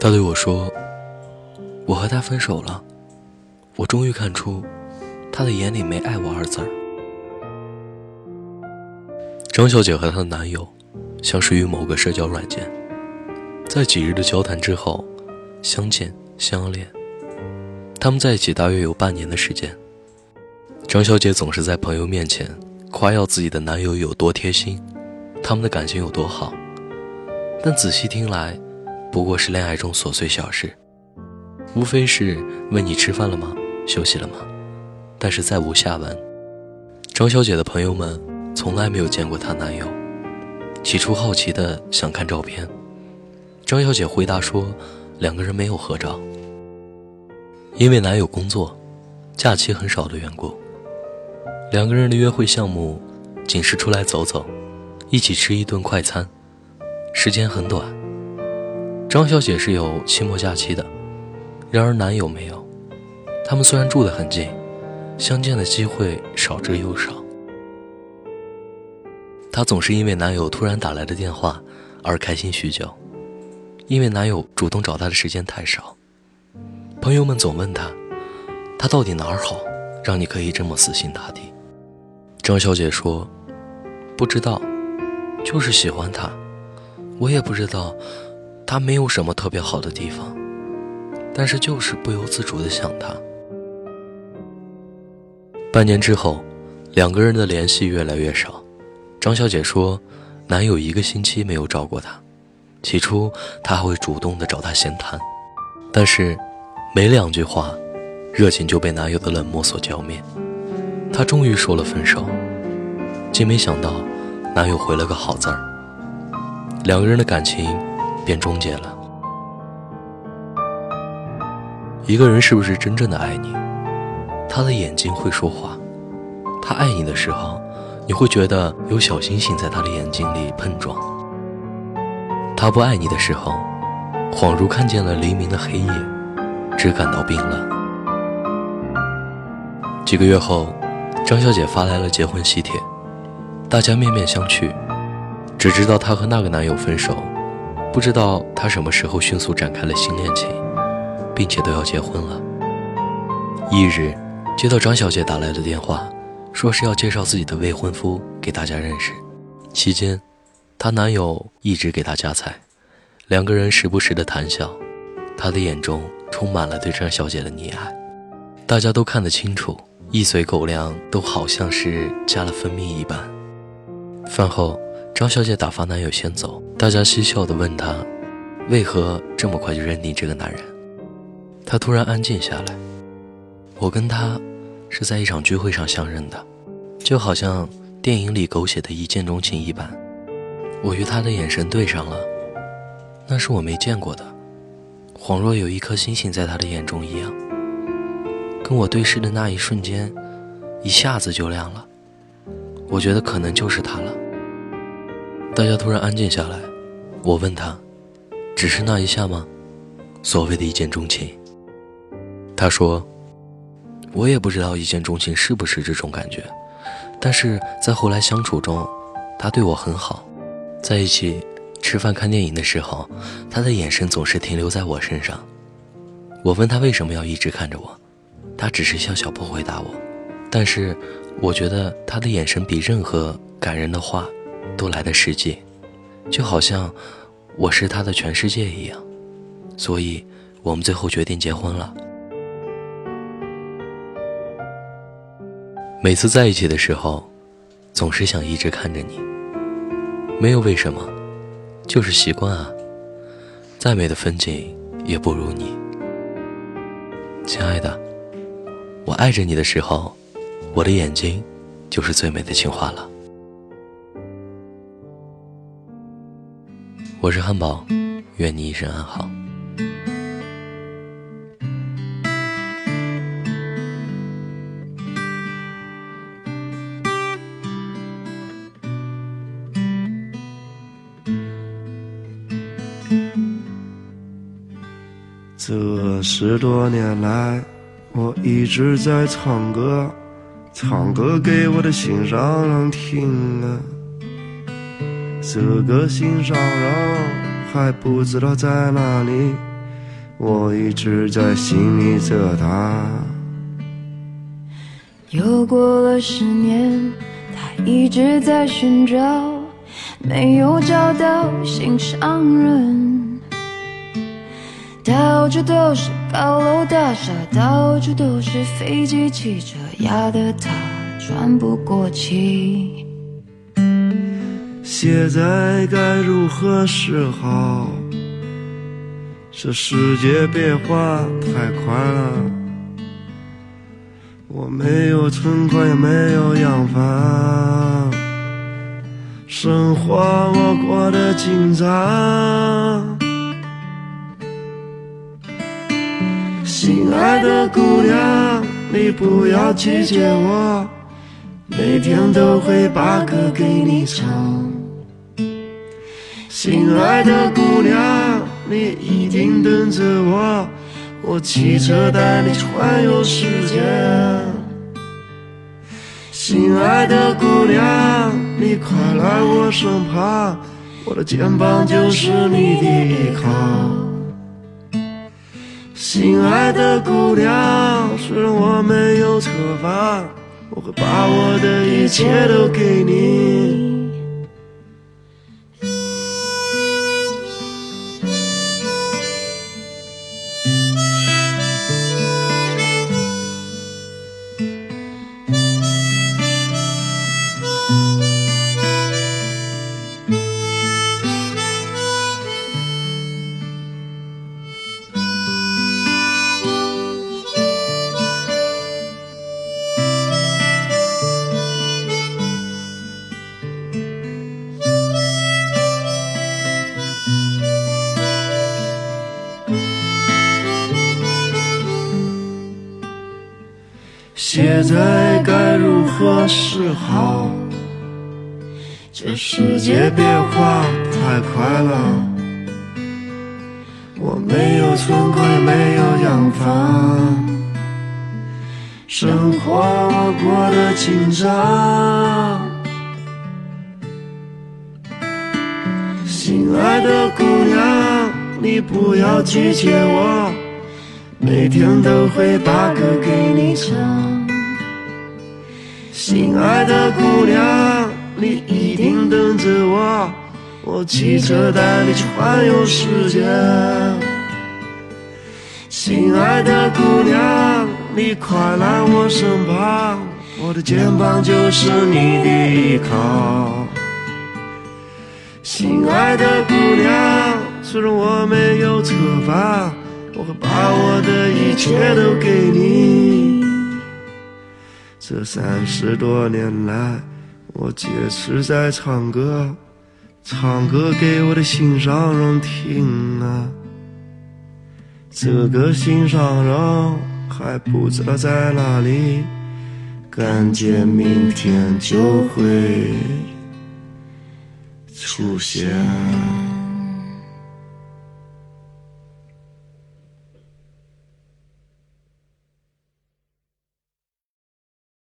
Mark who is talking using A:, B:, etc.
A: 他对我说，我和他分手了，我终于看出他的眼里没爱我二字儿。张小姐和她的男友相识于某个社交软件，在几日的交谈之后相见相恋，他们在一起大约有半年的时间。张小姐总是在朋友面前夸耀自己的男友有多贴心，他们的感情有多好，但仔细听来不过是恋爱中琐碎小事，无非是问你吃饭了吗，休息了吗，但是再无下文。张小姐的朋友们从来没有见过她男友，起初好奇的想看照片，张小姐回答说两个人没有合照，因为男友工作假期很少的缘故，两个人的约会项目仅是出来走走，一起吃一顿快餐，时间很短。张小姐是有期末假期的，然而男友没有，他们虽然住得很近，相见的机会少之又少。她总是因为男友突然打来的电话而开心许久，因为男友主动找她的时间太少。朋友们总问她，他到底哪儿好，让你可以这么死心塌地？张小姐说，不知道，就是喜欢他，我也不知道他没有什么特别好的地方，但是就是不由自主地想他。半年之后，两个人的联系越来越少。张小姐说，男友1个星期没有找过她，起初她还会主动地找她闲谈，但是没2句话，热情就被男友的冷漠所浇灭。她终于说了分手，竟没想到男友回了个好字儿，两个人的感情便终结了。一个人是不是真正的爱你，他的眼睛会说话。他爱你的时候，你会觉得有小星星在他的眼睛里碰撞；他不爱你的时候，恍如看见了黎明的黑夜，只感到冰冷。几个月后，张小姐发来了结婚喜帖，大家面面相觑，只知道她和那个男友分手，不知道她什么时候迅速展开了新恋情，并且都要结婚了。1日，接到张小姐打来的电话，说是要介绍自己的未婚夫给大家认识。期间，她男友一直给她夹菜，两个人时不时的谈笑，她的眼中充满了对张小姐的溺爱。大家都看得清楚，一嘴狗粮都好像是加了蜂蜜一般。饭后，张小姐打发男友先走，大家嬉笑地问她，为何这么快就认定这个男人？她突然安静下来，我跟他是在一场聚会上相认的，就好像电影里狗血的一见钟情一般。我与他的眼神对上了，那是我没见过的，恍若有一颗星星在他的眼中一样。跟我对视的那一瞬间，一下子就亮了，我觉得可能就是他了。大家突然安静下来，我问他，只是那一下吗？所谓的一见钟情？他说，我也不知道一见钟情是不是这种感觉，但是在后来相处中，他对我很好，在一起吃饭看电影的时候，他的眼神总是停留在我身上。我问他为什么要一直看着我，他只是笑笑不回答我，但是我觉得他的眼神比任何感人的话都来得实际，就好像我是他的全世界一样，所以我们最后决定结婚了。每次在一起的时候，总是想一直看着你，没有为什么，就是习惯啊。再美的风景也不如你。亲爱的，我爱着你的时候，我的眼睛就是最美的情话了。我是汉堡，愿你一生安好。
B: 这10多年来，我一直在唱歌，唱歌给我的心上人听啊。这个心上人还不知道在哪里， 我一直在心里责他。
C: 又过了10年，他一直在寻找，没有找到心上人。到处都是高楼大厦，到处都是飞机汽车，压得他喘不过气。
B: 现在该如何是好？这世界变化太快了，我没有存款也没有洋房，生活我过得紧张。心爱的姑娘，你不要拒绝我，每天都会把歌给你唱。心爱的姑娘，你一定等着我，我骑车带你环游世界。心爱的姑娘，你快来我身旁，我的肩膀就是你的依靠。心爱的姑娘，虽然我没有车房，我会把我的一切都给你。现在该如何是好？这世界变化太快了，我没有存款也没有洋房，生活我过得紧张。心爱的姑娘，你不要拒绝我，每天都会把歌给你唱。心爱的姑娘，你一定等着我，我骑车带你去环游世界。心爱的姑娘，你快来我身旁，我的肩膀就是你的依靠。心爱的姑娘，虽然我没有车房，我会把我的一切都给你。这30多年来，我坚持在唱歌，唱歌给我的心上人听啊。这个心上人还不知道在哪里，感觉明天就会出现。